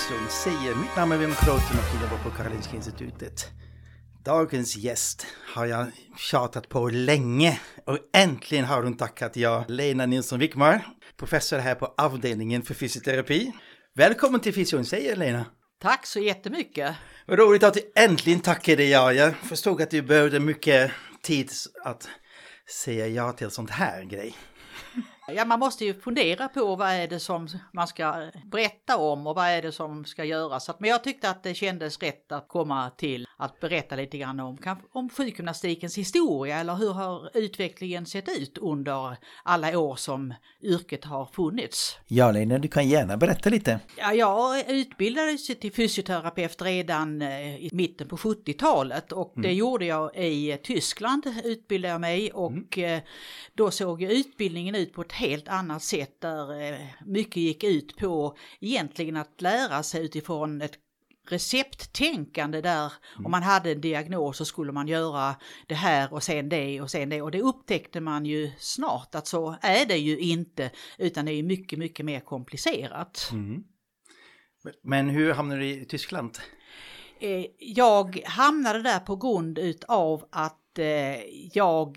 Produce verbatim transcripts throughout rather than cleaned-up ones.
Fysion säger. Mitt namn är Wim Kroten och jag jobbar på Karolinska institutet. Dagens gäst har jag tjatat på länge och äntligen har hon tackat ja. Lena Nilsson Wickmar, professor här på avdelningen för fysioterapi. Välkommen till Fysion säger, Lena. Tack så jättemycket. Vad roligt att du äntligen tackade ja. Jag förstod att du behövde mycket tid att säga ja till sånt här grej. Ja, man måste ju fundera på vad är det som man ska berätta om och vad är det som ska göras. Men jag tyckte att det kändes rätt att komma till att berätta lite grann om, om sjukgymnastikens historia, eller hur har utvecklingen sett ut under alla år som yrket har funnits. Ja, Lena, du kan gärna berätta lite. Ja, jag utbildades till fysioterapeut redan i mitten på sjuttiotalet och det mm. gjorde jag i Tyskland, utbildade jag mig och mm. då såg utbildningen ut på ett helt annat sätt där mycket gick ut på egentligen att lära sig utifrån ett recepttänkande där mm. om man hade en diagnos så skulle man göra det här och sen det och sen det och det upptäckte man ju snart att så är det ju inte utan det är mycket mycket mer komplicerat. Mm. Men hur hamnade du i Tyskland? Jag hamnade där på grund av att jag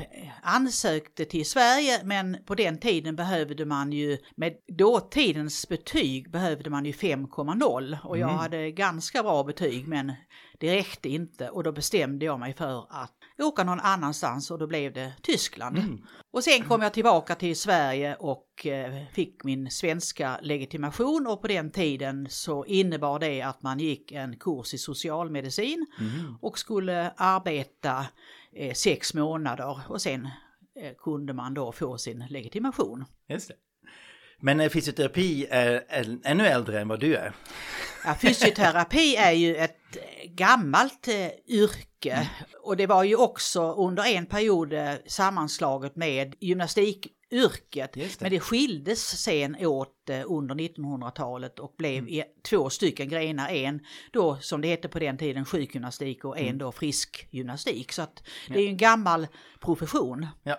ansökte till Sverige, men på den tiden behövde man ju, med dåtidens betyg behövde man ju fem komma noll och jag mm. hade ganska bra betyg men det räckte inte och då bestämde jag mig för att åka någon annanstans och då blev det Tyskland. Mm. Och sen kom jag tillbaka till Sverige och fick min svenska legitimation och på den tiden så innebar det att man gick en kurs i socialmedicin mm. och skulle arbeta eh, sex månader och sen eh, kunde man då få sin legitimation. Just det. Men fysioterapi är ännu äldre än vad du är. Ja, fysioterapi är ju ett gammalt eh, yrke mm. och det var ju också under en period eh, sammanslaget med gymnastikyrket. Det. Men det skildes sen åt eh, under nittonhundratalet och blev mm. i, två stycken grenar. En då som det hette på den tiden sjukgymnastik och en mm. då friskgymnastik. Så att det är ju en gammal profession. Ja.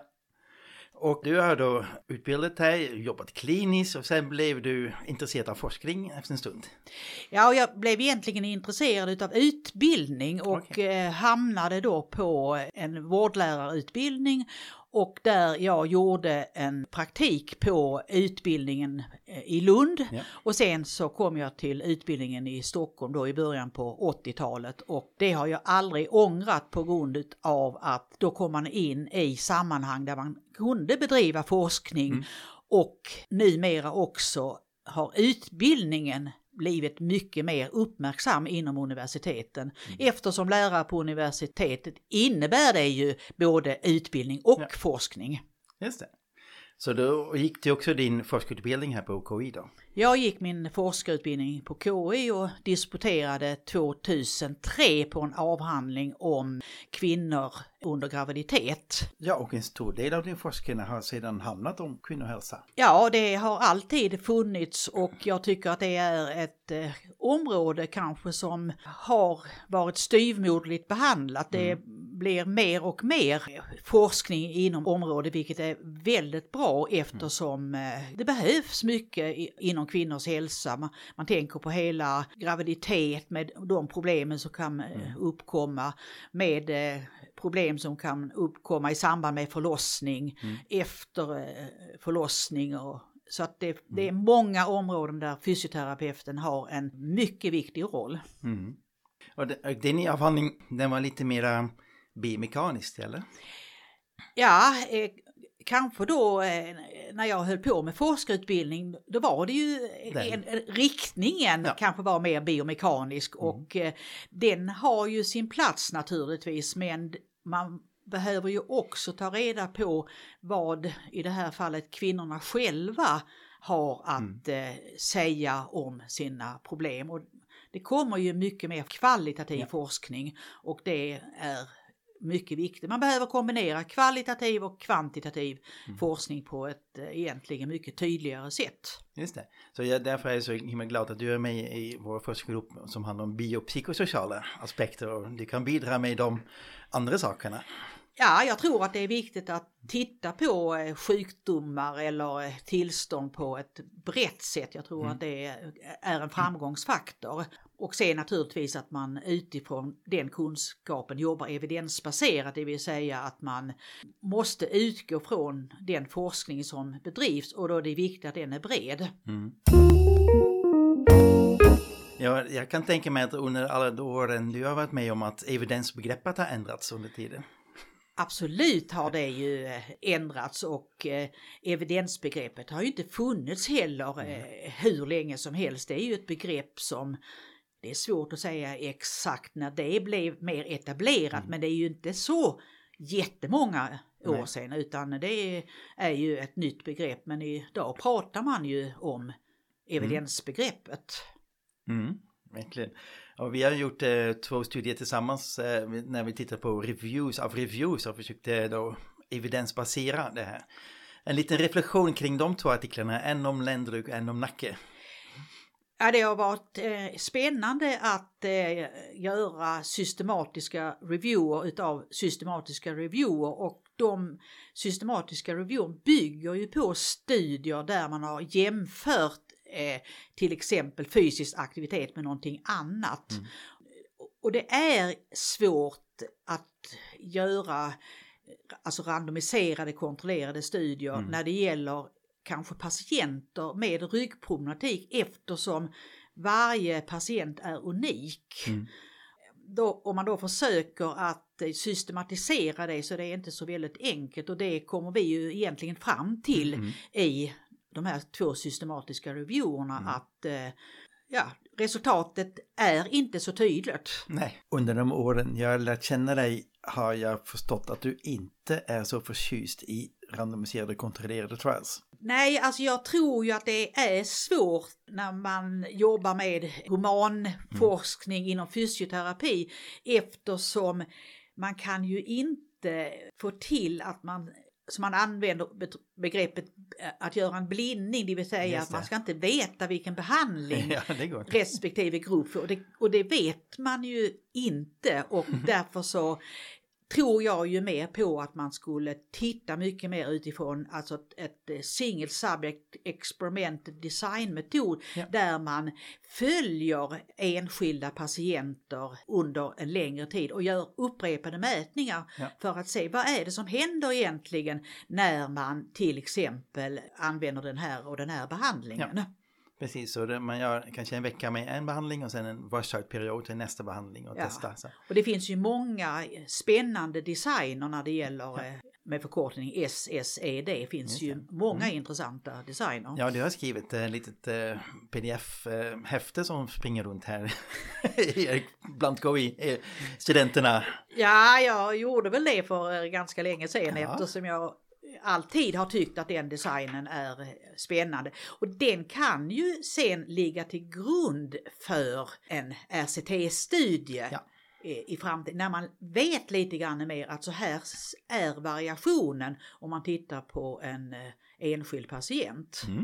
Och du har då utbildat dig, jobbat kliniskt och sen blev du intresserad av forskning efter en stund. Ja, och jag blev egentligen intresserad av utbildning och okay. eh, hamnade då på en vårdlärarutbildning och där jag gjorde en praktik på utbildningen i Lund ja. Och sen så kom jag till utbildningen i Stockholm då i början på åttiotalet och det har jag aldrig ångrat på grund av att då kom man in i sammanhang där man kunde bedriva forskning mm. och numera också har utbildningen blivit mycket mer uppmärksam inom universiteten. Mm. Eftersom lärare på universitetet innebär det ju både utbildning och ja. forskning. Just det. Så då gick du också din forskarutbildning här på K I då? Jag gick min forskarutbildning på K I och disputerade tvåtusentre på en avhandling om kvinnor under graviditet. Ja, och en stor del av din forskning har sedan handlat om kvinnohälsa. Ja, det har alltid funnits och jag tycker att det är ett eh, område kanske som har varit styvmoderligt behandlat. Det mm. blir mer och mer forskning inom området vilket är väldigt bra eftersom eh, det behövs mycket i, inom kvinnors hälsa. Man, man tänker på hela graviditet med de problemen som kan eh, uppkomma med eh, problem som kan uppkomma i samband med förlossning, mm. efter eh, förlossning och så att det, mm. det är många områden där fysioterapeuten har en mycket viktig roll. Mm. Och det, din avhandling, den var lite mer biomekaniskt, eller? Ja, eh, kanske då eh, när jag höll på med forskarutbildning då var det ju en, en, riktningen ja. kanske var mer biomekanisk mm. och eh, den har ju sin plats naturligtvis men man behöver ju också ta reda på vad i det här fallet kvinnorna själva har att mm. eh, säga om sina problem och det kommer ju mycket mer kvalitativ ja. forskning och det är mycket viktigt. Man behöver kombinera kvalitativ och kvantitativ mm. forskning på ett äh, egentligen mycket tydligare sätt. Just det. Så jag, därför är jag så himla glad att du är med i vår forskningsgrupp som handlar om biopsykosociala aspekter och du kan bidra med de andra sakerna. Ja, jag tror att det är viktigt att titta på sjukdomar eller tillstånd på ett brett sätt. Jag tror mm. att det är en framgångsfaktor. Och sen naturligtvis att man utifrån den kunskapen jobbar evidensbaserat, det vill säga att man måste utgå från den forskning som bedrivs och då är det viktigt att den är bred. Mm. Ja, jag kan tänka mig att under alla de åren du har varit med om att evidensbegreppet har ändrats under tiden. Absolut har det ju ändrats och eh, evidensbegreppet har ju inte funnits heller eh, hur länge som helst. Det är ju ett begrepp som, det är svårt att säga exakt när det blev mer etablerat, mm. men det är ju inte så jättemånga år Nej. sedan, utan det är ju ett nytt begrepp. Men idag pratar man ju om evidensbegreppet. Mm, verkligen. Och vi har gjort eh, två studier tillsammans eh, när vi tittar på reviews av reviews och försökte då evidensbasera det här. En liten reflektion kring de två artiklarna, en om ländrygg och en om nacke. Ja, det har varit eh, spännande att eh, göra systematiska reviewer utav systematiska reviewer, och de systematiska reviewer bygger ju på studier där man har jämfört eh, till exempel fysisk aktivitet med någonting annat. Mm. Och det är svårt att göra alltså randomiserade kontrollerade studier mm. när det gäller kanske patienter med ryggproblematik, eftersom varje patient är unik. Mm. Då, om man då försöker att systematisera det så det är inte så väldigt enkelt, och det kommer vi ju egentligen fram till mm. i de här två systematiska reviewerna mm. att eh, ja, resultatet är inte så tydligt. Nej, under de åren jag lärt känna dig har jag förstått att du inte är så förtjust i randomiserade kontrollerade trials. Nej, alltså jag tror ju att det är svårt när man jobbar med humanforskning mm. inom fysioterapi, eftersom man kan ju inte få till att man, så man använder begreppet att göra en blindning, det vill säga att man ska inte veta vilken behandling ja, det går. respektive grupp, och det, och det vet man ju inte, och därför så tror jag ju mer på att man skulle titta mycket mer utifrån alltså ett, ett single subject experiment designmetod ja. där man följer enskilda patienter under en längre tid och gör upprepade mätningar ja. för att se vad är det som händer egentligen när man till exempel använder den här och den här behandlingen. Ja. Precis, så det, man gör kanske en vecka med en behandling och sen en washout-period till nästa behandling och ja. testa. Så. Och det finns ju många spännande designer när det gäller ja. med förkortning S S E D. Det finns ju många mm. intressanta designer. Ja, du har skrivit ett litet uh, P D F-häfte som springer runt här bland K I-studenterna. Ja, jag gjorde väl det för ganska länge sedan ja. eftersom jag alltid har tyckt att den designen är spännande. Och den kan ju sen ligga till grund för en R C T-studie ja. i framtiden. När man vet lite grann mer att så här är variationen om man tittar på en enskild patient. Mm.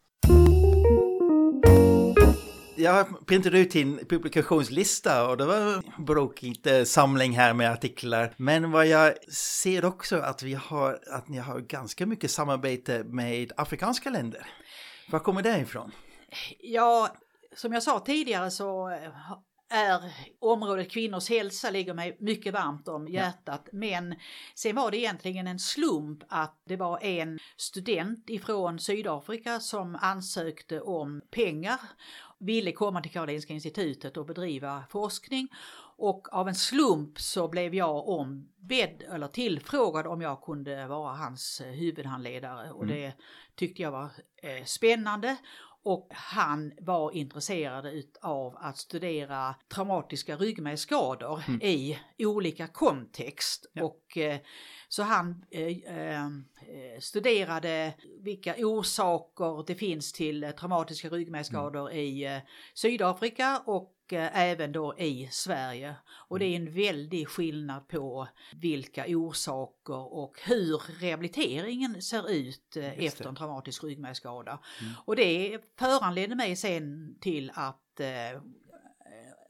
Jag printade ut din publikationslista och det var en brokigt samling här med artiklar. Men vad jag ser också att vi har, att ni har ganska mycket samarbete med afrikanska länder. Var kommer det ifrån? Ja, som jag sa tidigare så är området kvinnors hälsa ligger mig mycket varmt om hjärtat. Ja. Men sen var det egentligen en slump att det var en student ifrån Sydafrika som ansökte om pengar, ville komma till Karolinska institutet och bedriva forskning, och av en slump så blev jag ombedd eller tillfrågad om jag kunde vara hans huvudhandledare, och det tyckte jag var eh, spännande. Och han var intresserad av att studera traumatiska ryggmärgsskador mm. i olika kontext. Ja. Och eh, så han eh, eh, studerade vilka orsaker det finns till traumatiska ryggmärgsskador mm. i eh, Sydafrika och eh, även då i Sverige. Och det är en väldig skillnad på vilka orsaker och hur rehabiliteringen ser ut eh, efter en traumatisk ryggmärgsskada. Mm. Och det föranledde mig sen till att eh,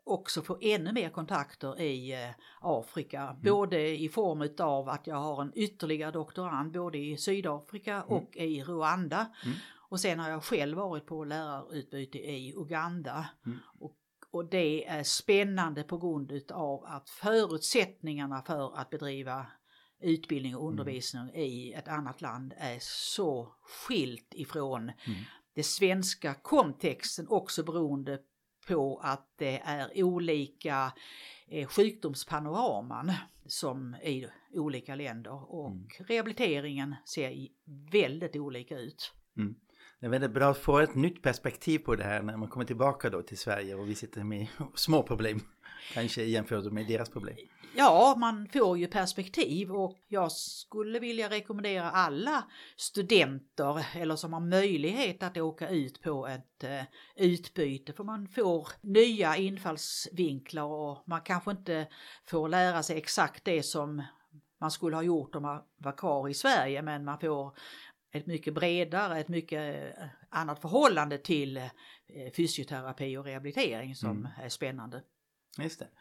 också få ännu mer kontakter i eh, Afrika. Mm. Både i form av att jag har en ytterligare doktorand både i Sydafrika Mm. och i Rwanda. Mm. Och sen har jag själv varit på lärarutbyte i Uganda. Mm. Och, och det är spännande på grund av att förutsättningarna för att bedriva utbildning och undervisning mm. i ett annat land är så skilt ifrån mm. det svenska kontexten, också beroende på att det är olika eh, sjukdomspanoraman som i olika länder och mm. rehabiliteringen ser väldigt olika ut. Mm. Det är väldigt bra att få ett nytt perspektiv på det här när man kommer tillbaka då till Sverige och vi sitter med små problem, kanske jämfört med deras problem. Ja, man får ju perspektiv och jag skulle vilja rekommendera alla studenter eller som har möjlighet att åka ut på ett uh, utbyte, för man får nya infallsvinklar och man kanske inte får lära sig exakt det som man skulle ha gjort om man var kvar i Sverige, men man får ett mycket bredare, ett mycket annat förhållande till uh, fysioterapi och rehabilitering som mm. är spännande. Just det.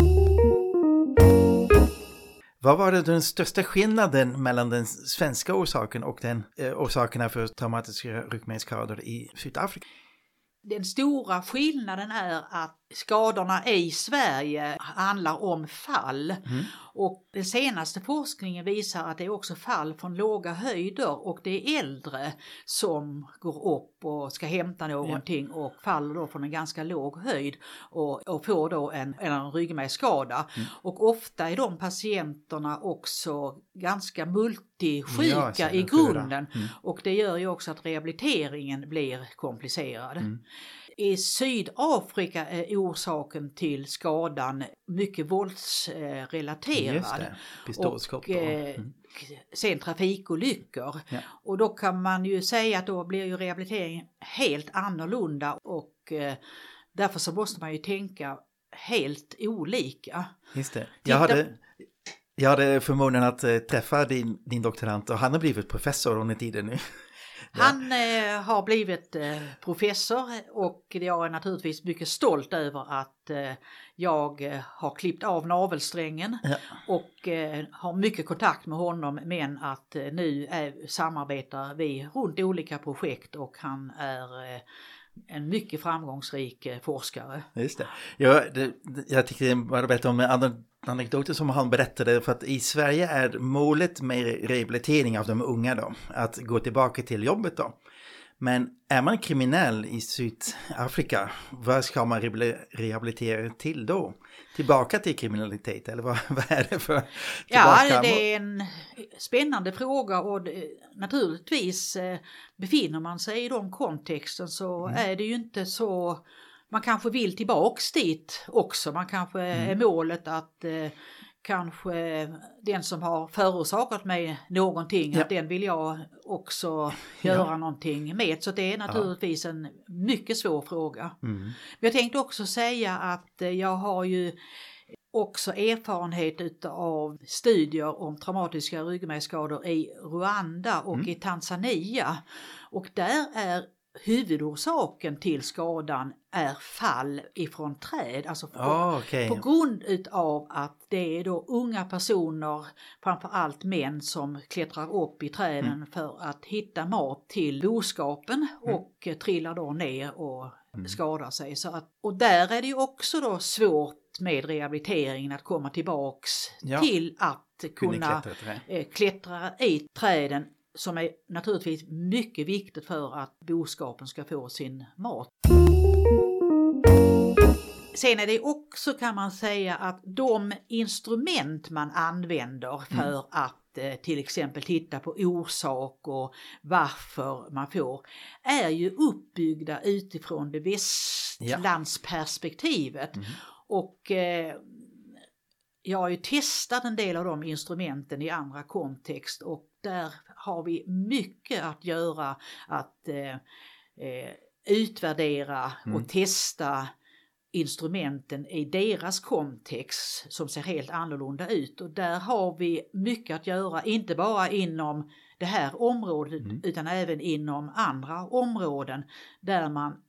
Vad var det den största skillnaden mellan den svenska orsaken och den eh, orsakerna för traumatiska ryggmärgsskador i Sydafrika? Den stora skillnaden är att skadorna i Sverige handlar om fall mm. och den senaste forskningen visar att det är också fall från låga höjder och det är äldre som går upp och ska hämta någonting ja. och faller då från en ganska låg höjd och, och får då en, en ryggmärgsskada. Mm. Och ofta är de patienterna också ganska multisjuka ja, i grunden mm. och det gör ju också att rehabiliteringen blir komplicerad. Mm. I Sydafrika är orsaken till skadan mycket våldsrelaterad. Just det, pistolskott och mm. sen trafikolyckor. Ja. Och då kan man ju säga att då blir ju rehabiliteringen helt annorlunda och eh, därför så måste man ju tänka helt olika. Just det. Jag hade, jag hade förmånen att eh, träffa din, din doktorand och han har blivit professor under tiden nu. Han eh, har blivit eh, professor och jag är naturligtvis mycket stolt över att eh, jag eh, har klippt av navelsträngen ja. och eh, har mycket kontakt med honom, men att eh, nu är, samarbetar vi runt olika projekt och han är eh, en mycket framgångsrik eh, forskare. Just det. Ja, det, jag tyckte det var bättre om andra anekdoter som han berättade, för att i Sverige är målet med rehabilitering av de unga då, att gå tillbaka till jobbet då. Men är man kriminell i Sydafrika, vad ska man rehabilitera till då? Tillbaka till kriminalitet, eller vad, vad är det för? Ja, det är en spännande fråga och det, naturligtvis eh, befinner man sig i de kontexten så mm. är det ju inte så. Man kanske vill tillbaks dit också. Man kanske mm. är målet att eh, kanske den som har förorsakat mig någonting, ja. att den vill jag också göra ja. någonting med. Så det är naturligtvis ja. en mycket svår fråga. Mm. Men jag tänkte också säga att eh, jag har ju också erfarenhet av studier om traumatiska ryggmärgsskador i Rwanda och mm. i Tanzania. Och där är huvudorsaken till skadan är fall ifrån träd. Alltså på, oh, okay. på grund av att det är då unga personer, framförallt män, som klättrar upp i träden mm. för att hitta mat till boskapen mm. och trillar då ner och mm. skadar sig. Så att, och där är det ju också då svårt med rehabiliteringen att komma tillbaks ja. till att kunna klättra, äh, klättra i träden, som är naturligtvis mycket viktigt för att boskapen ska få sin mat. Sen är det också, kan man säga, att de instrument man använder för mm. att eh, till exempel titta på orsak och varför man får, är ju uppbyggda utifrån det västlandsperspektivet. Ja. Mm. Och eh, jag har ju testat en del av de instrumenten i andra kontext och där har vi mycket att göra att eh, eh, utvärdera mm. och testa instrumenten i deras kontext som ser helt annorlunda ut. Och där har vi mycket att göra, inte bara inom det här området mm. utan även inom andra områden där man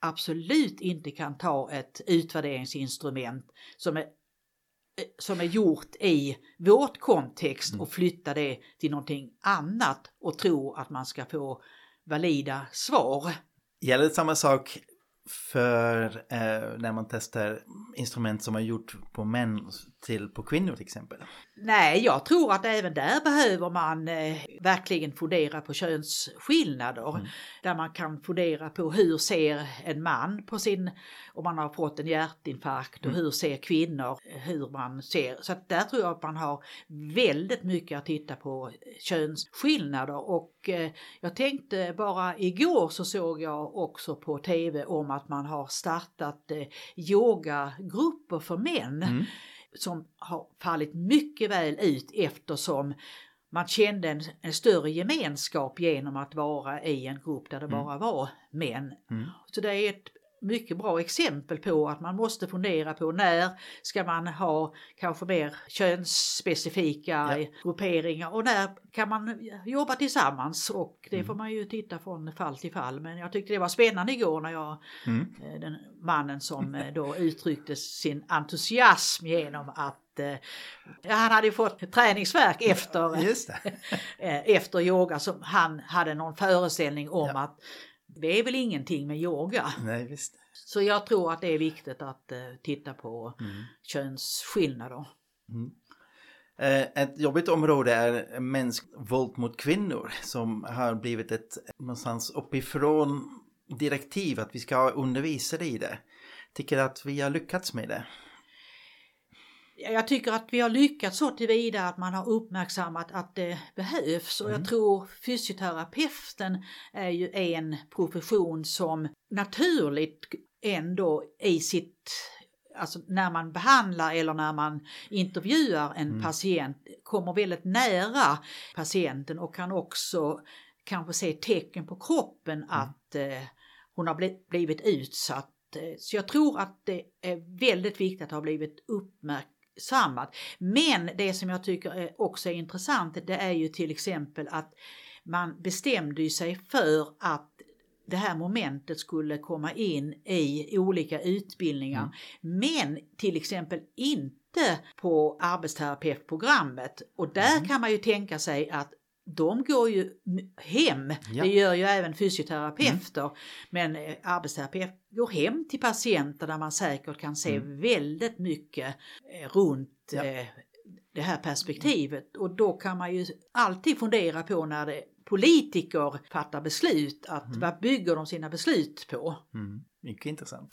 absolut inte kan ta ett utvärderingsinstrument som är, som är gjort i vårt kontext mm. och flytta det till någonting annat och tro att man ska få valida svar. Gäller det samma sak för eh, när man testar instrument som har gjort på män till på kvinnor till exempel? Nej, jag tror att även där behöver man eh, verkligen fundera på könsskillnader. Mm. Där man kan fundera på hur ser en man på sin, om man har fått en hjärtinfarkt, och mm. hur ser kvinnor, hur man ser. Så att där tror jag att man har väldigt mycket att titta på könsskillnader. Och eh, jag tänkte bara igår så såg jag också på tv om att man har startat eh, yogagrupper för män. Mm. Som har fallit mycket väl ut eftersom man kände en, en större gemenskap genom att vara i en grupp där det mm. bara var män. Mm. Så det är ett mycket bra exempel på att man måste fundera på när ska man ha kanske mer könsspecifika ja. grupperingar och när kan man jobba tillsammans, och det mm. får man ju titta från fall till fall. Men jag tyckte det var spännande igår när jag, mm. den mannen som då uttryckte sin entusiasm genom att ja, han hade fått träningsverk efter, Just det. efter yoga, som han hade någon föreställning om ja. att det är väl ingenting med yoga. Nej, visst. Så jag tror att det är viktigt att uh, titta på mm. könsskillnader. Mm. Eh, ett jobbigt område är mäns våld mot kvinnor, som har blivit ett någonstans uppifrån direktiv att vi ska undervisa i det. Tycker att vi har lyckats med det? Jag tycker att vi har lyckats så tillvida att man har uppmärksammat att det behövs. Och mm. jag tror fysioterapeuten är ju en profession som naturligt ändå i sitt, alltså när man behandlar eller när man intervjuar en mm. patient, kommer väldigt nära patienten och kan också kanske se tecken på kroppen mm. att eh, hon har blivit utsatt. Så jag tror att det är väldigt viktigt att ha blivit uppmärksammat. Sammat. Men det som jag tycker också är intressant, det är ju till exempel att man bestämde sig för att det här momentet skulle komma in i olika utbildningar, mm. men till exempel inte på arbetsterapeutprogrammet. Och där mm. kan man ju tänka sig att de går ju hem, ja. Det gör ju även fysioterapeuter, mm. men eh, arbetsterapeut går hem till patienter där man säkert kan se mm. väldigt mycket eh, runt ja. eh, det här perspektivet. Och då kan man ju alltid fundera på när det, politiker fattar beslut, att mm. vad bygger de sina beslut på? Mm. Mycket intressant.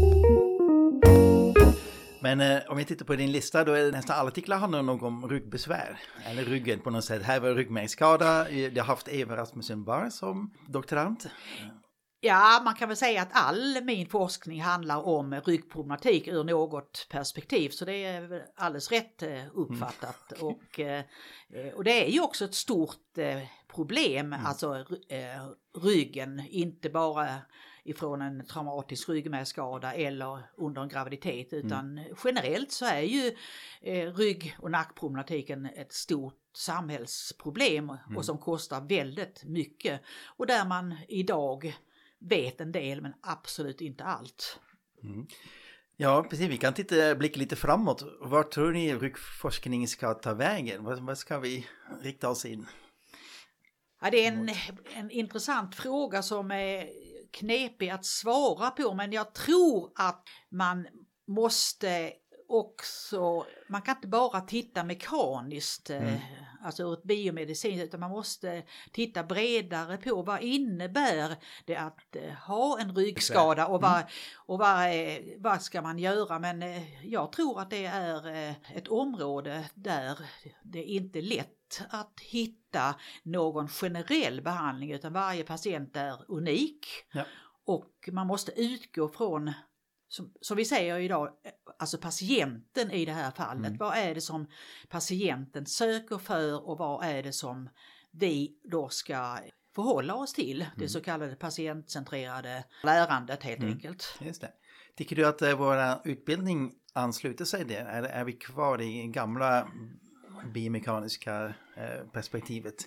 Men eh, om vi tittar på din lista, då är det nästan alla artiklar handlar om någon ryggbesvär. Eller ryggen på något sätt. Här var ryggmärgsskada. Jag har haft Eva Rasmussen Barr som doktorand. Ja, man kan väl säga att all min forskning handlar om ryggproblematik ur något perspektiv. Så det är väl alldeles rätt uppfattat. Mm. Och, och det är ju också ett stort problem, mm. alltså ryggen, inte bara ifrån en traumatisk ryggmärgsskada eller under en graviditet, utan mm. generellt så är ju eh, rygg- och nackproblematiken ett stort samhällsproblem mm. och som kostar väldigt mycket, och där man idag vet en del men absolut inte allt. Mm. Ja, precis. Vi kan titta, blicka lite framåt. Var tror ni ryggforskningen ska ta vägen? Vad, vad ska vi rikta oss in? Ja, det är en, en intressant fråga som är knepig att svara på, men jag tror att man måste också, man kan inte bara titta mekaniskt, mm. alltså ur ett biomedicin, utan man måste titta bredare på vad innebär det att ha en ryggskada och vad, mm. och vad, vad ska man göra. Men jag tror att det är ett område där det inte är lätt att hitta någon generell behandling, utan varje patient är unik. Ja. Och man måste utgå från, som, som vi säger idag, alltså patienten i det här fallet. Mm. Vad är det som patienten söker för och vad är det som vi då ska förhålla oss till? Mm. Det så kallade patientcentrerade lärandet helt mm. enkelt. Just det. Tycker du att uh, vår utbildning ansluter sig det? Eller är vi kvar i gamla biomekaniska uh, perspektivet?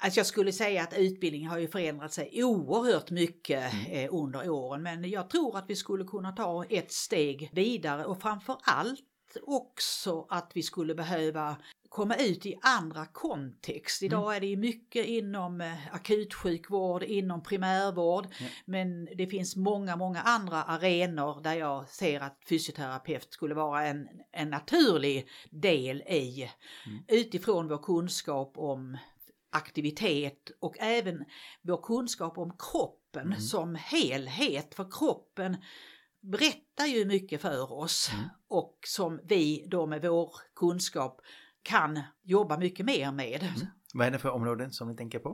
Alltså jag skulle säga att utbildningen har ju förändrat sig oerhört mycket Mm. eh, under åren, men jag tror att vi skulle kunna ta ett steg vidare och framför allt också att vi skulle behöva komma ut i andra kontext. Idag Mm. är det ju mycket inom eh, akutsjukvård, inom primärvård, Ja. men det finns många, många andra arenor där jag ser att fysioterapeut skulle vara en, en naturlig del i, Mm. utifrån vår kunskap om aktivitet och även vår kunskap om kroppen Mm. som helhet, för kroppen berättar ju mycket för oss Mm. och som vi då med vår kunskap kan jobba mycket mer med. Mm. Vad är det för områden som ni tänker på?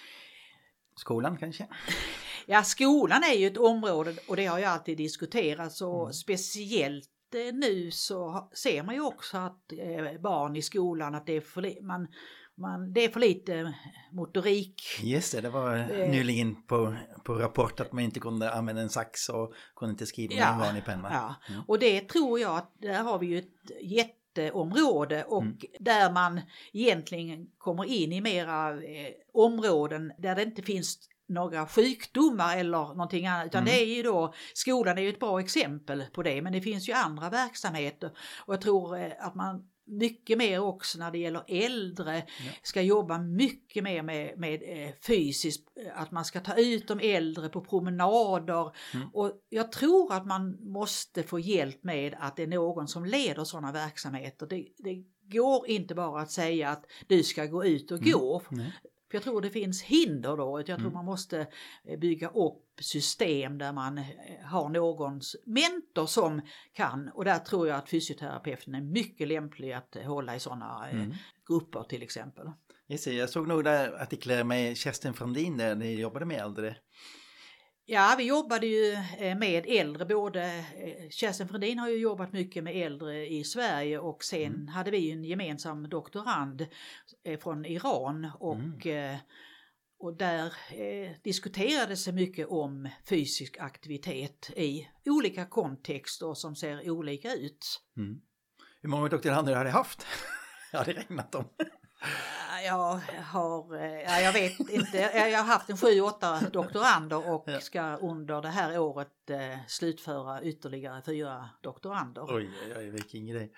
Skolan kanske? Ja, skolan är ju ett område och det har jag alltid diskuterat, så Mm. speciellt eh, nu så ser man ju också att eh, barn i skolan, att det är för, li- man, man, det är för lite motorik. Just det, det var Eh. nyligen på, på rapport att man inte kunde använda en sax och kunde inte skriva med en vanlig penna. Ja. Mm. Och det tror jag att där har vi ju ett jätteområde och Mm. där man egentligen kommer in i mera eh, områden där det inte finns några sjukdomar eller någonting annat, utan Mm. det är ju då, skolan är ju ett bra exempel på det, men det finns ju andra verksamheter och jag tror eh, att man mycket mer också när det gäller äldre Ja. ska jobba mycket mer med, med eh, fysiskt, att man ska ta ut de äldre på promenader. Mm. Och jag tror att man måste få hjälp med att det är någon som leder sådana verksamheter. Det, det går inte bara att säga att du ska gå ut och Mm. gå. Nej. För jag tror det finns hinder då. Jag tror Mm. man måste bygga upp system där man har någons mentor som kan. Och där tror jag att fysioterapeuten är mycket lämplig att hålla i sådana Mm. grupper till exempel. Just det, jag såg nog där artiklar med Kerstin Frandin där ni jobbade med äldre. Ja, vi jobbade ju med äldre, både Kerstin Frandin har ju jobbat mycket med äldre i Sverige och sen Mm. hade vi en gemensam doktorand från Iran och, Mm. och där eh, diskuterades det mycket om fysisk aktivitet i olika kontexter som ser olika ut. Mm. Hur många doktorander har ni haft? Ja, det regnat om. Jag har, ja, jag vet inte, jag har haft en sju, åtta doktorander och Ja. ska under det här året eh, slutföra ytterligare fyra doktorander. Oj, oj, oj, vilken grej.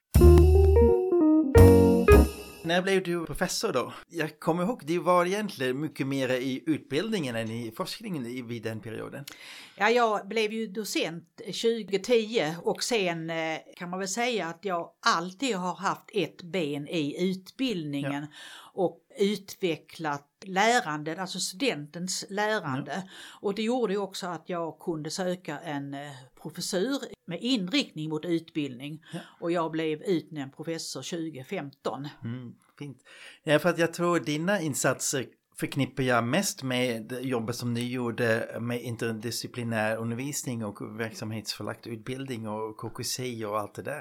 När blev du professor då? Jag kommer ihåg, det var egentligen mycket mer i utbildningen än i forskningen i, vid den perioden. Ja, jag blev ju docent tjugo tio och sen eh, kan man väl säga att jag alltid har haft ett ben i utbildningen och utvecklat lärandet, alltså studentens lärande. Och det gjorde ju också att jag kunde söka en eh, professur med inriktning mot utbildning. Ja. Och jag blev utnämnd professor tjugo femton. Mm, fint. Ja, för att jag tror dina insatser förknippar jag mest med jobbet som ni gjorde med interdisciplinär undervisning och verksamhetsförlagd utbildning och K K C och allt det där.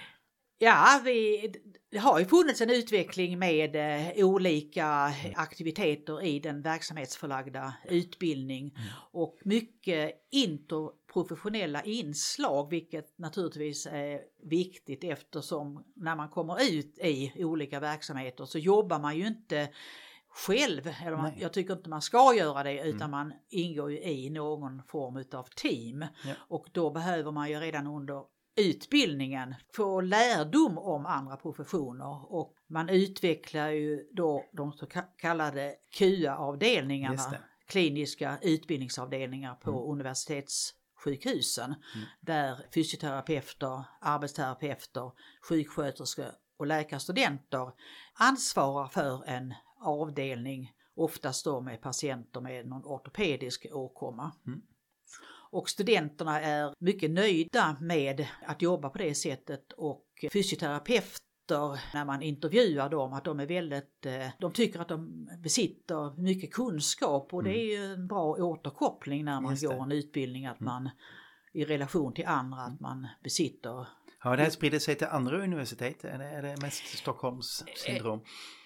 Ja, vi, det har ju funnits en utveckling med eh, olika aktiviteter i den verksamhetsförlagda utbildning Mm. och mycket interprofessionella inslag, vilket naturligtvis är viktigt eftersom när man kommer ut i olika verksamheter så jobbar man ju inte själv, eller man, jag tycker inte man ska göra det utan Mm. man ingår ju i någon form av team Ja. och då behöver man ju redan under utbildningen få lärdom om andra professioner och man utvecklar ju då de så kallade Q A-avdelningarna, Just det. kliniska utbildningsavdelningar på Mm. universitetssjukhusen Mm. där fysioterapeuter, arbetsterapeuter, sjuksköterskor och läkarstudenter ansvarar för en avdelning, oftast då med patienter med någon ortopedisk åkomma. Mm. Och studenterna är mycket nöjda med att jobba på det sättet och fysioterapeuter när man intervjuar dem att de är väldigt, de tycker att de besitter mycket kunskap och det är ju en bra återkoppling när man Just det. går en utbildning att man i relation till andra att man besitter. Har det här spridit sig till andra universitet? Är det, är det mest Stockholms syndrom?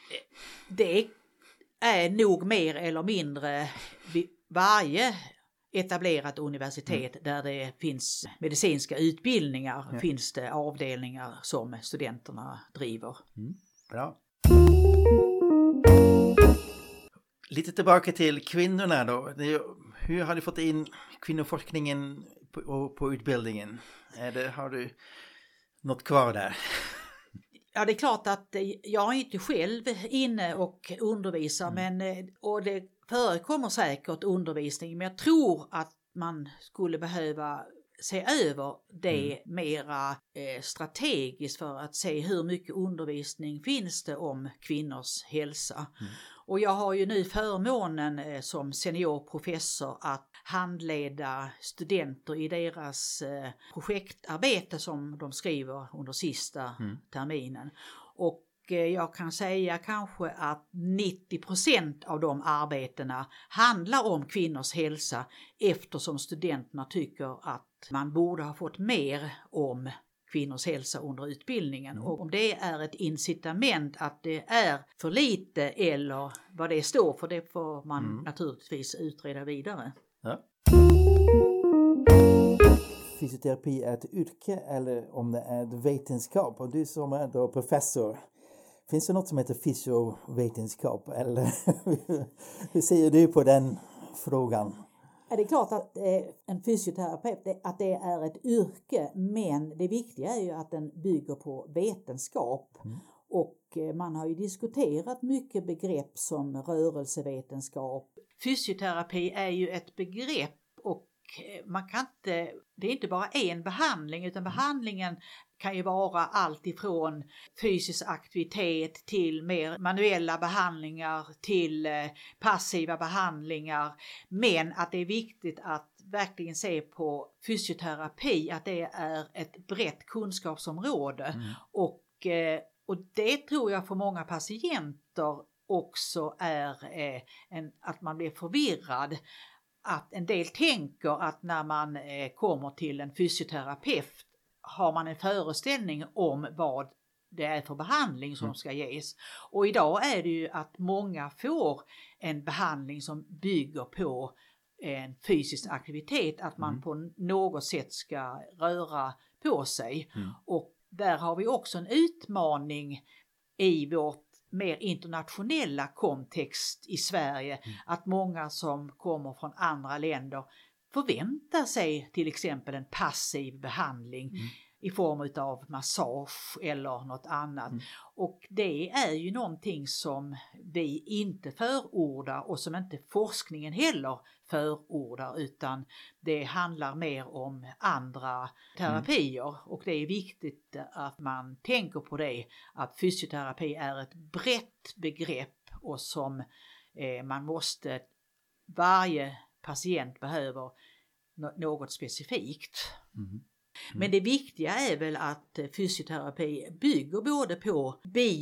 Det är nog mer eller mindre vid varje etablerat universitet mm. där det finns medicinska utbildningar Ja. finns det avdelningar som studenterna driver. Mm. Bra. Lite tillbaka till kvinnorna då. Hur har du fått in kvinnoforskningen på, på utbildningen? Är det, har du något kvar där? Ja, det är klart att jag är inte själv inne och undervisar, mm. men, och det förekommer säkert undervisning, men jag tror att man skulle behöva se över det mm. mera eh, strategiskt för att se hur mycket undervisning finns det om kvinnors hälsa. Mm. Och jag har ju nu förmånen eh, som seniorprofessor att handleda studenter i deras eh, projektarbete som de skriver under sista mm. terminen. Och eh, jag kan säga kanske att nittio procent av de arbetena handlar om kvinnors hälsa, eftersom studenterna tycker att man borde ha fått mer om kvinnors hälsa under utbildningen. Mm. Och om det är ett incitament att det är för lite eller vad det står för, det får man mm. naturligtvis utreda vidare. Ja. Fysioterapi är ett yrke eller om det är ett vetenskap. Och du som är då professor, finns det något som heter fysiovetenskap? Eller hur ser du på den frågan? Ja, det är klart att eh, en fysioterapeut att det är ett yrke, men det viktiga är ju att den bygger på vetenskap. Mm. Och eh, man har ju diskuterat mycket begrepp som rörelsevetenskap. Fysioterapi är ju ett begrepp och man kan inte, det är inte bara en behandling, utan behandlingen kan ju vara allt ifrån fysisk aktivitet till mer manuella behandlingar till passiva behandlingar. Men att det är viktigt att verkligen se på fysioterapi, att det är ett brett kunskapsområde. Mm. Och, och det tror jag för många patienter också är en, att man blir förvirrad. Att en del tänker att när man eh, kommer till en fysioterapeut har man en föreställning om vad det är för behandling som mm. ska ges. Och idag är det ju att många får en behandling som bygger på en fysisk aktivitet, att man mm. på något sätt ska röra på sig. Mm. Och där har vi också en utmaning i vårt mer internationella kontext i Sverige, mm. att många som kommer från andra länder förväntar sig till exempel en passiv behandling mm. i form av massage eller något annat. Mm. Och det är ju någonting som vi inte förordar och som inte forskningen heller förordar, utan det handlar mer om andra terapier. Mm. Och det är viktigt att man tänker på det, att fysioterapi är ett brett begrepp och som eh, man måste, varje patient behöver något specifikt. Mm. Mm. Men det viktiga är väl att fysioterapi bygger både på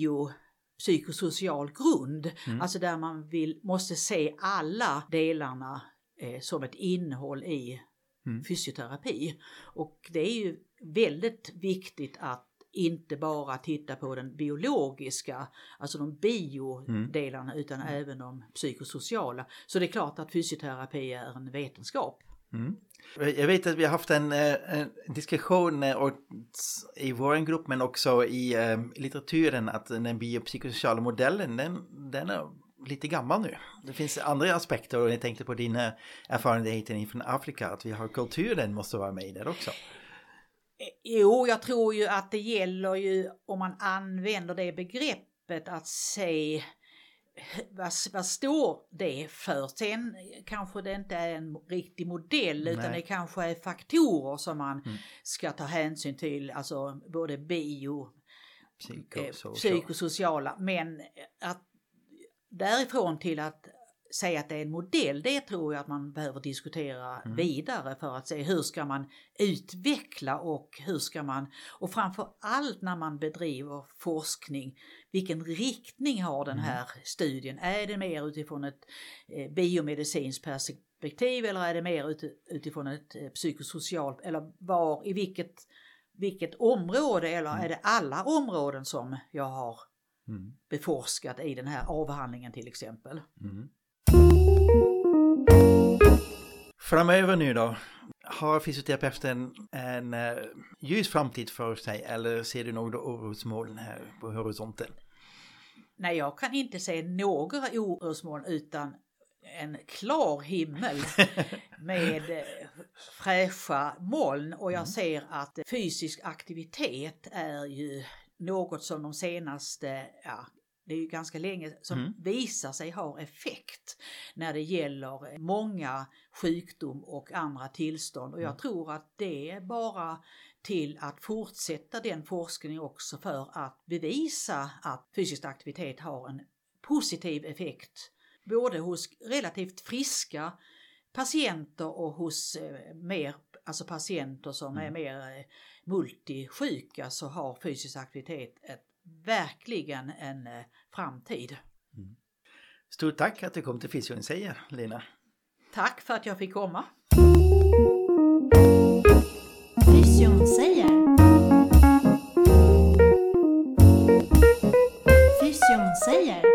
biopsykosocial grund, mm. alltså där man vill, måste se alla delarna eh, som ett innehåll i mm. fysioterapi. Och det är ju väldigt viktigt att inte bara titta på den biologiska, alltså de biodelarna, mm. utan även de psykosociala. Så det är klart att fysioterapi är en vetenskap. Mm. Jag vet att vi har haft en, en diskussion i vår grupp men också i um, litteraturen att den biopsykosociala modellen den, den är lite gammal nu. Det finns andra aspekter och jag tänkte på dina erfarenheter från Afrika, att vi har kulturen måste vara med där också. Jo, jag tror ju att det gäller ju om man använder det begreppet att se Vad, vad står det för? Sen kanske det inte är en riktig modell, utan Nej. det kanske är faktorer som man mm. ska ta hänsyn till, alltså både bio, Psykosocial. psykosociala, men att därifrån till att säga att det är en modell, det tror jag att man behöver diskutera mm. vidare för att se hur ska man utveckla och hur ska man, och framför allt när man bedriver forskning, vilken riktning har den här mm. studien? Är det mer utifrån ett eh, biomedicinskt perspektiv eller är det mer ut, utifrån ett eh, psykosocialt, eller var, i vilket, vilket område, eller mm. är det alla områden som jag har mm. beforskat i den här avhandlingen till exempel? Mm. Framöver nu då, har fysioterapeuten en uh, ljus framtid för sig eller ser du några orosmoln här på horisonten? Nej, jag kan inte se några orosmoln utan en klar himmel med fräscha moln, och jag ser att fysisk aktivitet är ju något som de senaste, ja, det är ju ganska länge som mm. visar sig ha effekt när det gäller många sjukdom och andra tillstånd, och jag mm. tror att det är bara till att fortsätta den forskningen också för att bevisa att fysisk aktivitet har en positiv effekt både hos relativt friska patienter och hos eh, mer, alltså patienter som mm. är mer eh, multisjuka, så har fysisk aktivitet ett, verkligen en eh, framtid. Mm. Stort tack att du kom till Fysion säger, Lena. Tack för att jag fick komma. Fysion säger. Fysion säger.